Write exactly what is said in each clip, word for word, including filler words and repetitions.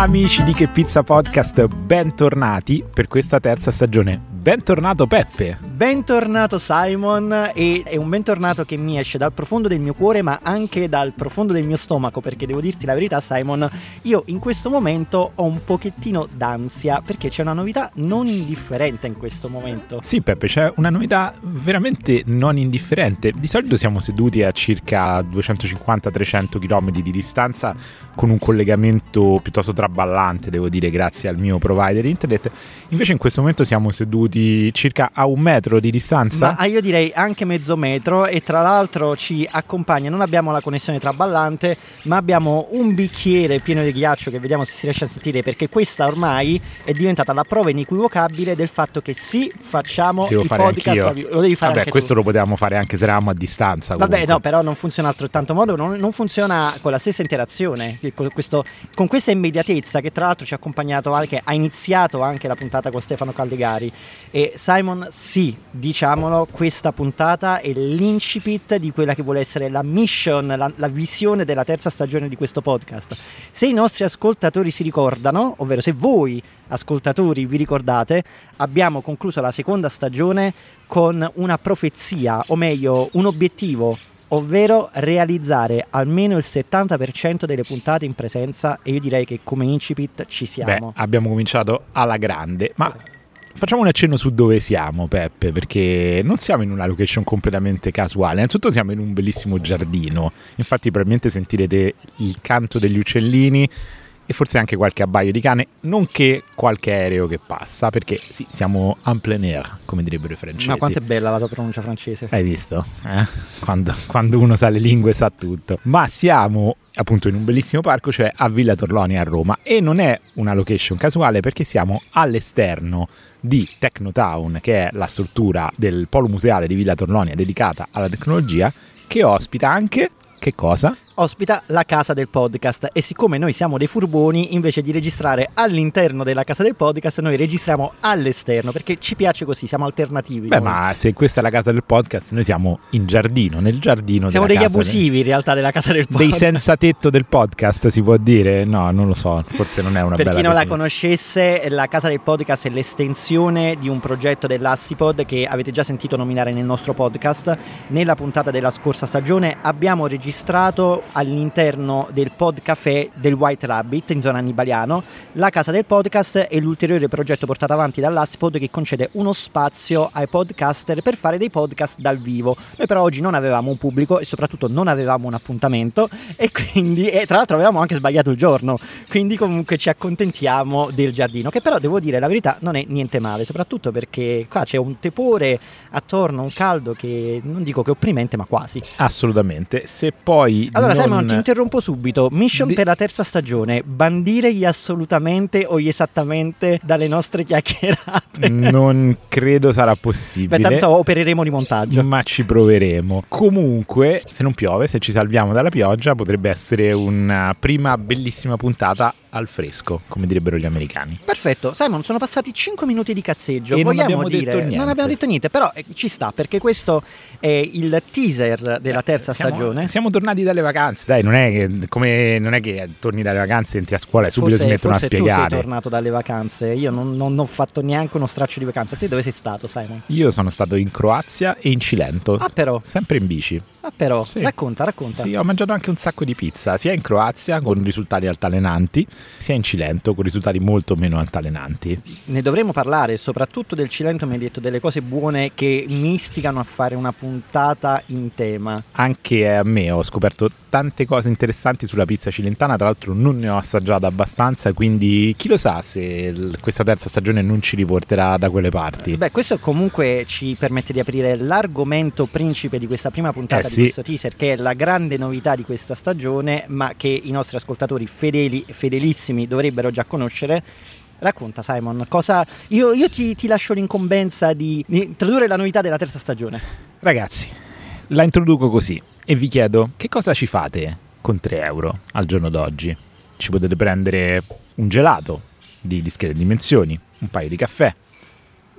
Amici di Che Pizza Podcast, bentornati per questa terza stagione. Bentornato Peppe. Bentornato Simon, e è un bentornato che mi esce dal profondo del mio cuore ma anche dal profondo del mio stomaco, perché devo dirti la verità Simon, io in questo momento ho un pochettino d'ansia perché c'è una novità non indifferente in questo momento. Sì Peppe, c'è una novità veramente non indifferente. Di solito siamo seduti a circa duecentocinquanta trecento chilometri di distanza con un collegamento piuttosto traballante, devo dire, grazie al mio provider internet. Invece in questo momento siamo seduti circa a un metro di distanza. Ma io direi anche mezzo metro, e tra l'altro ci accompagna, non abbiamo la connessione traballante, ma abbiamo un bicchiere pieno di ghiaccio che vediamo se si riesce a sentire, perché questa ormai è diventata la prova inequivocabile del fatto che sì, facciamo Devo i fare podcast. Anch'io. Lo devi fare Vabbè, anche questo tu. lo potevamo fare anche se eravamo a distanza. Vabbè, comunque. no, però non funziona altrettanto modo, non, non funziona con la stessa interazione, con, questo, con questa immediatezza che tra l'altro ci ha accompagnato anche, ha iniziato anche la puntata con Stefano Caldegari. E Simon, sì, diciamolo, questa puntata è l'incipit di quella che vuole essere la mission, la, la visione della terza stagione di questo podcast. Se i nostri ascoltatori si ricordano, ovvero se voi ascoltatori vi ricordate, abbiamo concluso la seconda stagione con una profezia, o meglio un obiettivo, ovvero realizzare almeno il settanta per cento delle puntate in presenza, e io direi che come incipit ci siamo. Beh, abbiamo cominciato alla grande, ma facciamo un accenno su dove siamo, Peppe, perché non siamo in una location completamente casuale. Innanzitutto siamo in un bellissimo giardino, infatti probabilmente sentirete il canto degli uccellini e forse anche qualche abbaio di cane, nonché qualche aereo che passa, perché sì, siamo en plein air, come direbbero i francesi. Ma quanto è bella la tua pronuncia francese. Hai visto? Eh? Quando, quando uno sa le lingue sa tutto. Ma siamo appunto in un bellissimo parco, cioè a Villa Torlonia a Roma, e non è una location casuale perché siamo all'esterno di Technotown, che è la struttura del polo museale di Villa Torlonia dedicata alla tecnologia, che ospita anche, che cosa? Ospita la casa del podcast, e siccome noi siamo dei furboni, invece di registrare all'interno della casa del podcast noi registriamo all'esterno, perché ci piace così, siamo alternativi. Beh, noi. ma se questa è la casa del podcast, noi siamo in giardino, nel giardino siamo della degli casa abusivi del... in realtà della casa del podcast. Dei senza tetto del podcast, si può dire? No, non lo so, forse non è una per bella chi non la definizione. conoscesse, la casa del podcast è l'estensione di un progetto dell'Assipod che avete già sentito nominare nel nostro podcast. Nella puntata della scorsa stagione abbiamo registrato all'interno del Pod Café del White Rabbit in zona Annibaliano. La casa del podcast è l'ulteriore progetto portato avanti dall'Assipod che concede uno spazio ai podcaster per fare dei podcast dal vivo. Noi però oggi non avevamo un pubblico e soprattutto non avevamo un appuntamento, e quindi e tra l'altro avevamo anche sbagliato il giorno, quindi comunque ci accontentiamo del giardino, che però devo dire la verità non è niente male, soprattutto perché qua c'è un tepore attorno, un caldo che non dico che è opprimente ma quasi. Assolutamente. Se poi Allora non... Simon, ti interrompo subito. Mission De- per la terza stagione: bandire gli assolutamente o gli esattamente dalle nostre chiacchierate. non credo sarà possibile. Beh, tanto opereremo di montaggio. Ma ci proveremo. Comunque, se non piove, se ci salviamo dalla pioggia, potrebbe essere una prima bellissima puntata al fresco, come direbbero gli americani. Perfetto. Simon, sono passati cinque minuti di cazzeggio. E non Vogliamo abbiamo dire detto niente. Non abbiamo detto niente, però eh, ci sta, perché questo è il teaser della terza siamo, stagione. Siamo tornati dalle vacanze, dai, non è che come non è che torni dalle vacanze, entri a scuola e subito Forse, si mettono a forse tu spiegare. sei tornato dalle vacanze. Io non, non ho fatto neanche uno straccio di vacanza. Te dove sei stato, Simon? Io sono stato in Croazia e in Cilento. Ah, però. Sempre in bici. Ah, però. Sì. Racconta, racconta. Sì, ho mangiato anche un sacco di pizza, sia in Croazia con risultati altalenanti, sia in Cilento con risultati molto meno altalenanti. Ne dovremo parlare, soprattutto del Cilento. Mi hai detto delle cose buone che mi istigano a fare una puntata in tema. Anche a me ho scoperto tante cose interessanti sulla pizza cilentana, tra l'altro non ne ho assaggiata abbastanza, quindi chi lo sa se l- questa terza stagione non ci riporterà da quelle parti. Beh, questo comunque ci permette di aprire l'argomento principe di questa prima puntata Eh di sì. questo teaser, che è la grande novità di questa stagione, ma che i nostri ascoltatori fedeli, fedelissimi dovrebbero già conoscere. Racconta Simon, cosa io, io ti, ti lascio l'incombenza di, di introdurre la novità della terza stagione. Ragazzi, la introduco così e vi chiedo che cosa ci fate con tre euro al giorno d'oggi. Ci potete prendere un gelato di discrete dimensioni, un paio di caffè,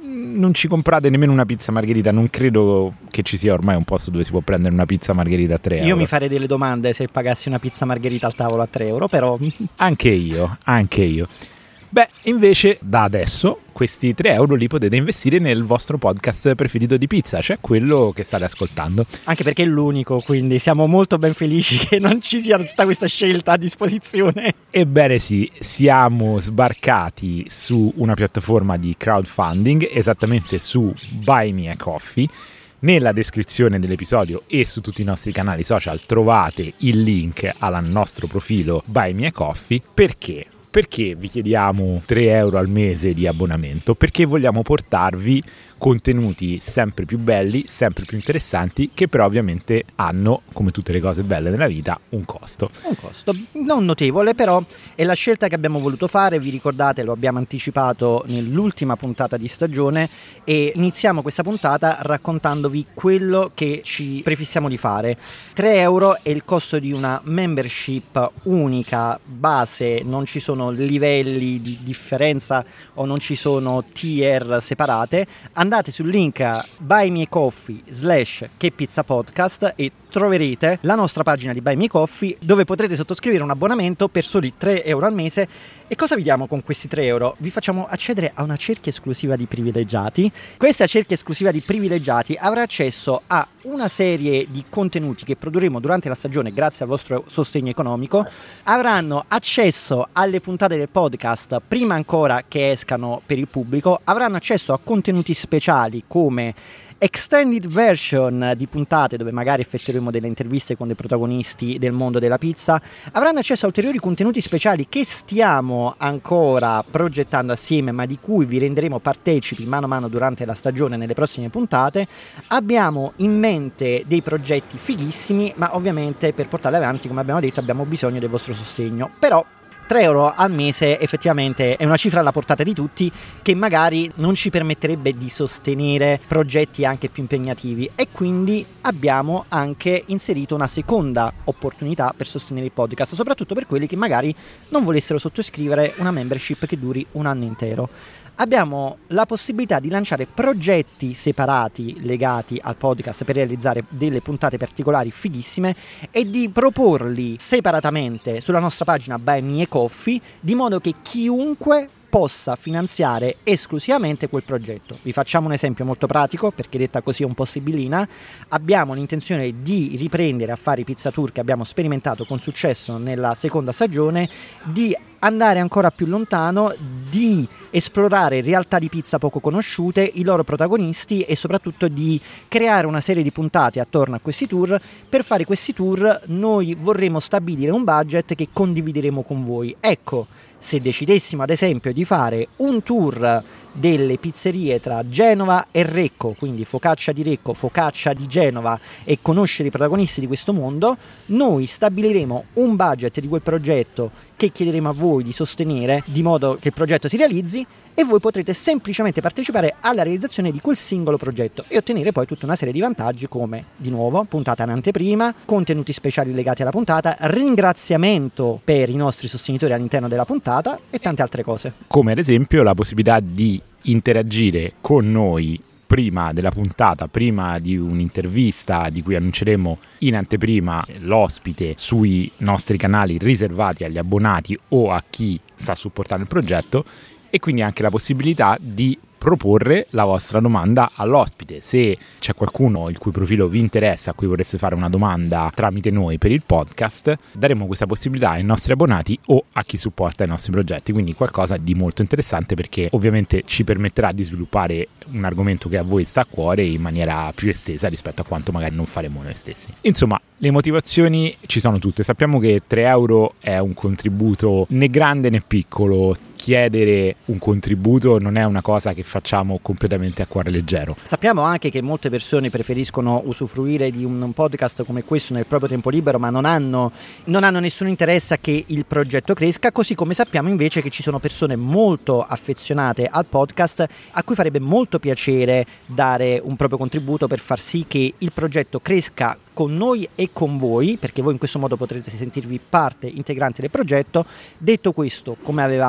non ci comprate nemmeno una pizza margherita. Non credo che ci sia ormai un posto dove si può prendere una pizza margherita a tre euro. Io mi farei delle domande se pagassi una pizza margherita al tavolo a tre euro, però... Anche io, anche io. Beh, invece da adesso questi tre euro li potete investire nel vostro podcast preferito di pizza, cioè quello che state ascoltando. Anche perché è l'unico, quindi siamo molto ben felici che non ci sia tutta questa scelta a disposizione. Ebbene sì, siamo sbarcati su una piattaforma di crowdfunding, esattamente su Buy Me a Coffee. Nella descrizione dell'episodio e su tutti i nostri canali social trovate il link al nostro profilo Buy Me a Coffee. Perché? Perché vi chiediamo tre euro al mese di abbonamento? Perché vogliamo portarvi contenuti sempre più belli, sempre più interessanti, che però ovviamente hanno, come tutte le cose belle nella vita, un costo. Un costo non notevole, però è la scelta che abbiamo voluto fare. Vi ricordate, lo abbiamo anticipato nell'ultima puntata di stagione e iniziamo questa puntata raccontandovi quello che ci prefissiamo di fare. tre euro è il costo di una membership unica, base, non ci sono livelli di differenza o non ci sono tier separate. Andate sul link Buy Me a Coffee slash Che Pizza Podcast e troverete la nostra pagina di Buy Me Coffee, dove potrete sottoscrivere un abbonamento per soli tre euro al mese. E cosa vi diamo con questi tre euro? Vi facciamo accedere a una cerchia esclusiva di privilegiati. Questa cerchia esclusiva di privilegiati avrà accesso a una serie di contenuti che produrremo durante la stagione grazie al vostro sostegno economico. Avranno accesso alle puntate del podcast prima ancora che escano per il pubblico. Avranno accesso a contenuti speciali come extended version di puntate dove magari effettueremo delle interviste con dei protagonisti del mondo della pizza. Avranno accesso a ulteriori contenuti speciali che stiamo ancora progettando assieme, ma di cui vi renderemo partecipi mano a mano durante la stagione nelle prossime puntate. Abbiamo in mente dei progetti fighissimi, ma ovviamente per portarli avanti, come abbiamo detto, abbiamo bisogno del vostro sostegno. Però tre euro al mese effettivamente è una cifra alla portata di tutti, che magari non ci permetterebbe di sostenere progetti anche più impegnativi, e quindi abbiamo anche inserito una seconda opportunità per sostenere il podcast, soprattutto per quelli che magari non volessero sottoscrivere una membership che duri un anno intero. Abbiamo la possibilità di lanciare progetti separati legati al podcast per realizzare delle puntate particolari fighissime e di proporli separatamente sulla nostra pagina Buy Me a Coffee, di modo che chiunque possa finanziare esclusivamente quel progetto. Vi facciamo un esempio molto pratico, perché detta così è un po' sibillina. Abbiamo l'intenzione di riprendere a fare i pizza tour che abbiamo sperimentato con successo nella seconda stagione, di andare ancora più lontano, di esplorare realtà di pizza poco conosciute, i loro protagonisti, e soprattutto di creare una serie di puntate attorno a questi tour. Per fare questi tour noi vorremmo stabilire un budget che condivideremo con voi. Ecco, se decidessimo ad esempio di fare un tour delle pizzerie tra Genova e Recco, quindi focaccia di Recco, focaccia di Genova, e conoscere i protagonisti di questo mondo, noi stabiliremo un budget di quel progetto che chiederemo a voi di sostenere, di modo che il progetto si realizzi, e voi potrete semplicemente partecipare alla realizzazione di quel singolo progetto e ottenere poi tutta una serie di vantaggi, come, di nuovo, puntata in anteprima, contenuti speciali legati alla puntata, ringraziamento per i nostri sostenitori all'interno della puntata e tante altre cose. Come ad esempio la possibilità di interagire con noi prima della puntata, prima di un'intervista di cui annunceremo in anteprima l'ospite sui nostri canali riservati agli abbonati o a chi sta supportando il progetto, e quindi anche la possibilità di proporre la vostra domanda all'ospite. Se c'è qualcuno il cui profilo vi interessa, a cui vorreste fare una domanda tramite noi per il podcast, daremo questa possibilità ai nostri abbonati o a chi supporta i nostri progetti, quindi qualcosa di molto interessante, perché ovviamente ci permetterà di sviluppare un argomento che a voi sta a cuore in maniera più estesa rispetto a quanto magari non faremo noi stessi. Insomma, le motivazioni ci sono tutte. Sappiamo che tre euro è un contributo né grande né piccolo. Chiedere un contributo non è una cosa che facciamo completamente a cuore leggero. Sappiamo anche che molte persone preferiscono usufruire di un podcast come questo nel proprio tempo libero, ma non hanno, non hanno nessun interesse a che il progetto cresca, così come sappiamo invece che ci sono persone molto affezionate al podcast a cui farebbe molto piacere dare un proprio contributo per far sì che il progetto cresca con noi e con voi, perché voi in questo modo potrete sentirvi parte integrante del progetto. Detto questo, come avevamo già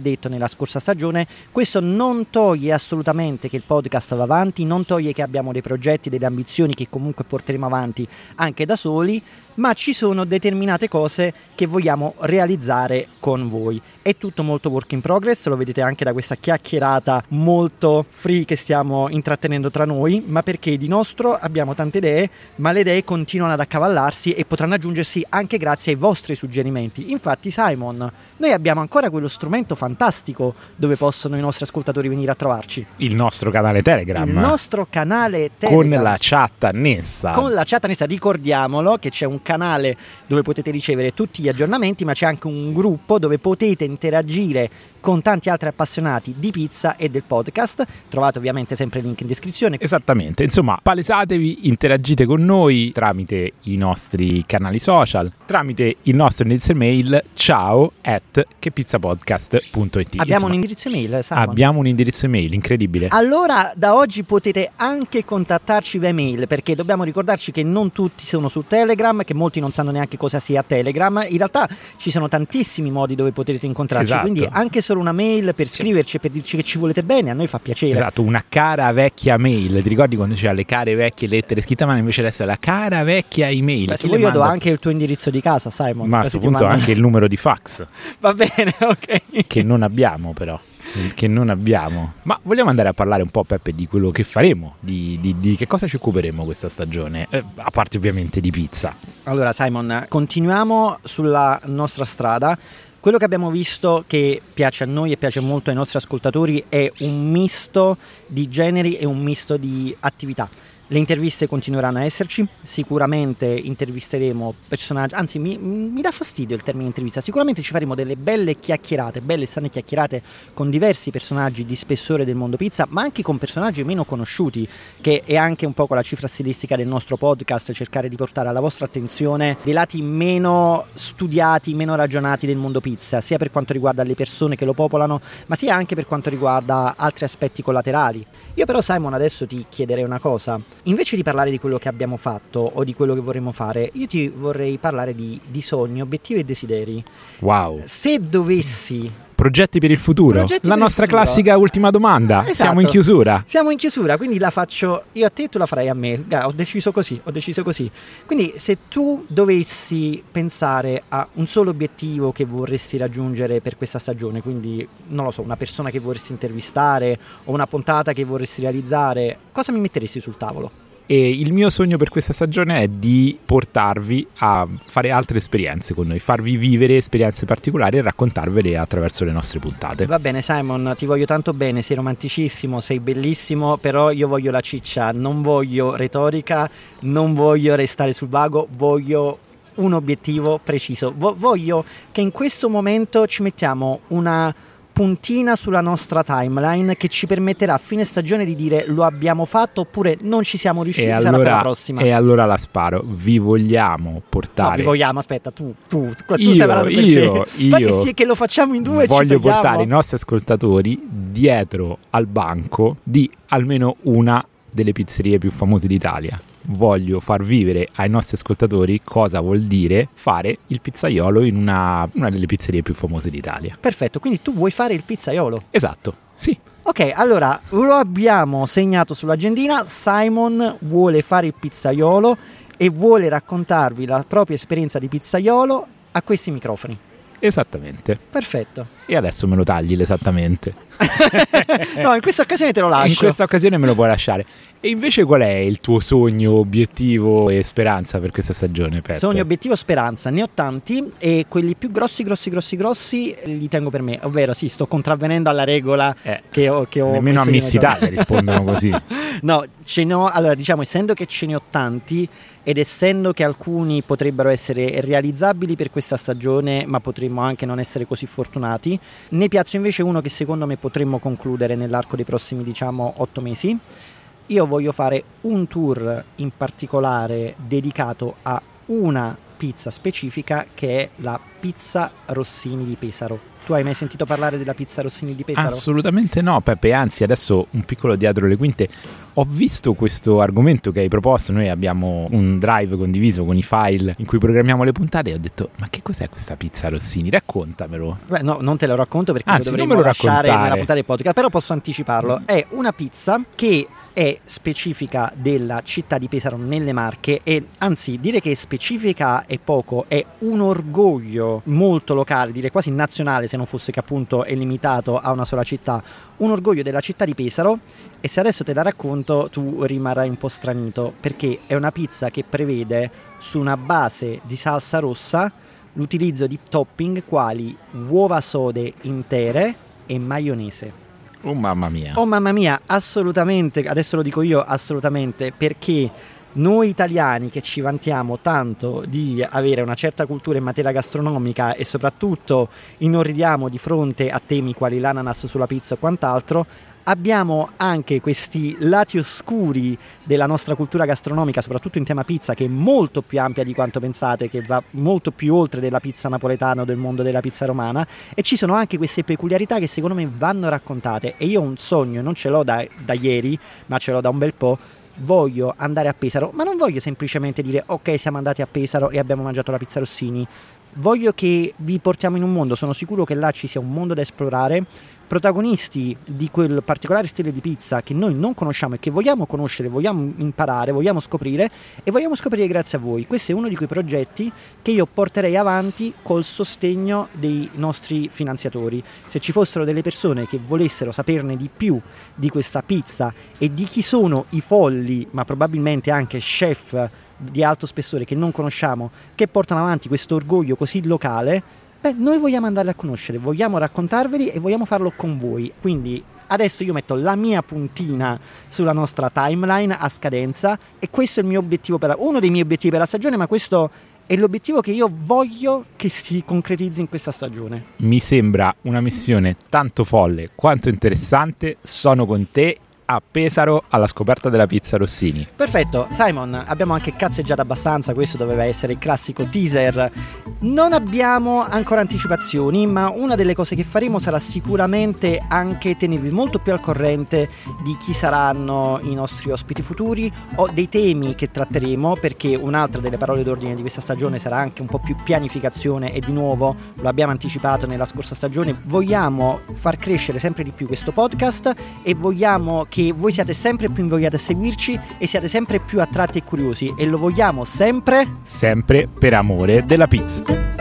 detto nella scorsa stagione, questo non toglie assolutamente che il podcast va avanti, non toglie che abbiamo dei progetti, delle ambizioni che comunque porteremo avanti anche da soli, ma ci sono determinate cose che vogliamo realizzare con voi. È tutto molto work in progress, lo vedete anche da questa chiacchierata molto free che stiamo intrattenendo tra noi, ma perché di nostro abbiamo tante idee, ma le idee continuano ad accavallarsi e potranno aggiungersi anche grazie ai vostri suggerimenti. Infatti, Simon, noi abbiamo ancora quello strumento fantastico dove possono i nostri ascoltatori venire a trovarci. Il nostro canale Telegram. Il nostro canale Telegram. Con la chat annessa. Con la chat annessa, ricordiamolo che c'è un canale dove potete ricevere tutti gli aggiornamenti, ma c'è anche un gruppo dove potete interagire con tanti altri appassionati di pizza e del podcast. Trovate ovviamente sempre il link in descrizione. Esattamente, insomma, palesatevi, interagite con noi tramite i nostri canali social, tramite il nostro indirizzo mail ciao at chepizzapodcast punto it. Abbiamo insomma, un indirizzo mail, Simon. Abbiamo un indirizzo mail, incredibile. Allora, da oggi potete anche contattarci via mail, perché dobbiamo ricordarci che non tutti sono su Telegram, che molti non sanno neanche cosa sia Telegram. In realtà ci sono tantissimi modi dove potete incontrarci, esatto. Quindi anche solo una mail per scriverci e per dirci che ci volete bene, a noi fa piacere. Esatto, una cara vecchia mail. Ti ricordi quando c'era le care vecchie lettere scritte a mano, invece adesso è la cara vecchia email. Beh, se vuoi io do anche il tuo indirizzo di casa, Simon. Ma a questo punto anche il numero di fax. Va bene, ok. Che non abbiamo però. Che non abbiamo. Ma vogliamo andare a parlare un po', Peppe, di quello che faremo, di, di, di che cosa ci occuperemo questa stagione, eh, a parte ovviamente di pizza. Allora, Simon, continuiamo sulla nostra strada. Quello che abbiamo visto che piace a noi e piace molto ai nostri ascoltatori è un misto di generi e un misto di attività. Le interviste continueranno a esserci, sicuramente intervisteremo personaggi, anzi mi, mi dà fastidio il termine intervista, sicuramente ci faremo delle belle chiacchierate, belle sane chiacchierate con diversi personaggi di spessore del mondo pizza, ma anche con personaggi meno conosciuti, che è anche un po' con la cifra stilistica del nostro podcast, cercare di portare alla vostra attenzione dei lati meno studiati, meno ragionati del mondo pizza, sia per quanto riguarda le persone che lo popolano, ma sia anche per quanto riguarda altri aspetti collaterali. Io però, Simon, adesso ti chiederei una cosa. Invece di parlare di quello che abbiamo fatto o di quello che vorremmo fare, io ti vorrei parlare di, di sogni, obiettivi e desideri. Wow. Se dovessi... Progetti per il futuro? Progetti la per nostra futuro. Classica ultima domanda. Esatto. Siamo in chiusura. Siamo in chiusura, quindi la faccio io a te e tu la farai a me. Ho deciso così, ho deciso così. Quindi se tu dovessi pensare a un solo obiettivo che vorresti raggiungere per questa stagione, quindi non lo so, una persona che vorresti intervistare o una puntata che vorresti realizzare, cosa mi metteresti sul tavolo? E il mio sogno per questa stagione è di portarvi a fare altre esperienze con noi, farvi vivere esperienze particolari e raccontarvele attraverso le nostre puntate. Va bene, Simon, ti voglio tanto bene, sei romanticissimo, sei bellissimo, però io voglio la ciccia, non voglio retorica, non voglio restare sul vago, voglio un obiettivo preciso. Vo- voglio che in questo momento ci mettiamo una puntina sulla nostra timeline che ci permetterà a fine stagione di dire lo abbiamo fatto oppure non ci siamo riusciti, e sarà allora, per la prossima. E allora la sparo, vi vogliamo portare... No, vi vogliamo, aspetta, tu, tu, tu io, stai parlando per io, te. io Infatti sì, che lo facciamo in due, voglio ci togliamo. portare i nostri ascoltatori dietro al banco di almeno una delle pizzerie più famose d'Italia. Voglio far vivere ai nostri ascoltatori cosa vuol dire fare il pizzaiolo in una, una delle pizzerie più famose d'Italia. Perfetto, quindi tu vuoi fare il pizzaiolo? Esatto, sì. Ok, allora lo abbiamo segnato sull'agendina. Simon vuole fare il pizzaiolo e vuole raccontarvi la propria esperienza di pizzaiolo a questi microfoni. Esattamente. Perfetto. E adesso me lo tagli l'esattamente. No, in questa occasione te lo lascio. In questa occasione me lo puoi lasciare. E invece qual è il tuo sogno, obiettivo e speranza per questa stagione, Peppe? Sogno, obiettivo, speranza. Ne ho tanti e quelli più grossi, grossi, grossi, grossi li tengo per me. Ovvero, sì, sto contravvenendo alla regola eh, che ho, che ho nemmeno a Miss Italia rispondono così. No, ce ne ho, allora diciamo, essendo che ce ne ho tanti ed essendo che alcuni potrebbero essere realizzabili per questa stagione, ma potremmo anche non essere così fortunati, ne piazzo invece uno che secondo me potremmo concludere nell'arco dei prossimi, diciamo, otto mesi. Io voglio fare un tour in particolare dedicato a una pizza specifica che è la pizza Rossini di Pesaro. Tu hai mai sentito parlare della pizza Rossini di Pesaro? Assolutamente no, Peppe, anzi adesso un piccolo dietro le quinte. Ho visto questo argomento che hai proposto, noi abbiamo un drive condiviso con i file in cui programmiamo le puntate e ho detto ma che cos'è questa pizza Rossini? Raccontamelo. Beh, no, non te lo racconto perché Anzi, lo dovremmo lo lasciare raccontare. nella puntata del podcast, però posso anticiparlo. È una pizza che è specifica della città di Pesaro nelle Marche e anzi dire che è specifica è poco, è un orgoglio molto locale, direi quasi nazionale se non fosse che appunto è limitato a una sola città, un orgoglio della città di Pesaro. E se adesso te la racconto tu rimarrai un po' stranito perché è una pizza che prevede su una base di salsa rossa l'utilizzo di topping quali uova sode intere e maionese. Oh mamma mia. Oh mamma mia, assolutamente, adesso lo dico io, assolutamente, perché noi italiani che ci vantiamo tanto di avere una certa cultura in materia gastronomica e soprattutto inorridiamo di fronte a temi quali l'ananas sulla pizza o quant'altro, abbiamo anche questi lati oscuri della nostra cultura gastronomica, soprattutto in tema pizza, che è molto più ampia di quanto pensate, che va molto più oltre della pizza napoletana o del mondo della pizza romana, e ci sono anche queste peculiarità che secondo me vanno raccontate. E io ho un sogno, non ce l'ho da, da ieri, ma ce l'ho da un bel po'. Voglio andare a Pesaro, ma non voglio semplicemente dire ok, siamo andati a Pesaro e abbiamo mangiato la pizza Rossini. Voglio che vi portiamo in un mondo, sono sicuro che là ci sia un mondo da esplorare, protagonisti di quel particolare stile di pizza che noi non conosciamo e che vogliamo conoscere, vogliamo imparare, vogliamo scoprire e vogliamo scoprire grazie a voi. Questo è uno di quei progetti che io porterei avanti col sostegno dei nostri finanziatori. Se ci fossero delle persone che volessero saperne di più di questa pizza e di chi sono i folli, ma probabilmente anche chef di alto spessore che non conosciamo, che portano avanti questo orgoglio così locale, beh, noi vogliamo andarli a conoscere, vogliamo raccontarveli e vogliamo farlo con voi. Quindi adesso io metto la mia puntina sulla nostra timeline a scadenza e questo è il mio obiettivo per la, uno dei miei obiettivi per la stagione, ma questo è l'obiettivo che io voglio che si concretizzi in questa stagione. Mi sembra una missione tanto folle quanto interessante. Sono con te a Pesaro alla scoperta della pizza Rossini. Perfetto, Simon, abbiamo anche cazzeggiato abbastanza, questo doveva essere il classico teaser. Non abbiamo ancora anticipazioni, ma una delle cose che faremo sarà sicuramente anche tenervi molto più al corrente di chi saranno i nostri ospiti futuri o dei temi che tratteremo, perché un'altra delle parole d'ordine di questa stagione sarà anche un po' più pianificazione e di nuovo lo abbiamo anticipato nella scorsa stagione, vogliamo far crescere sempre di più questo podcast e vogliamo che voi siate sempre più invogliati a seguirci e siate sempre più attratti e curiosi, e lo vogliamo sempre sempre per amore della pizza.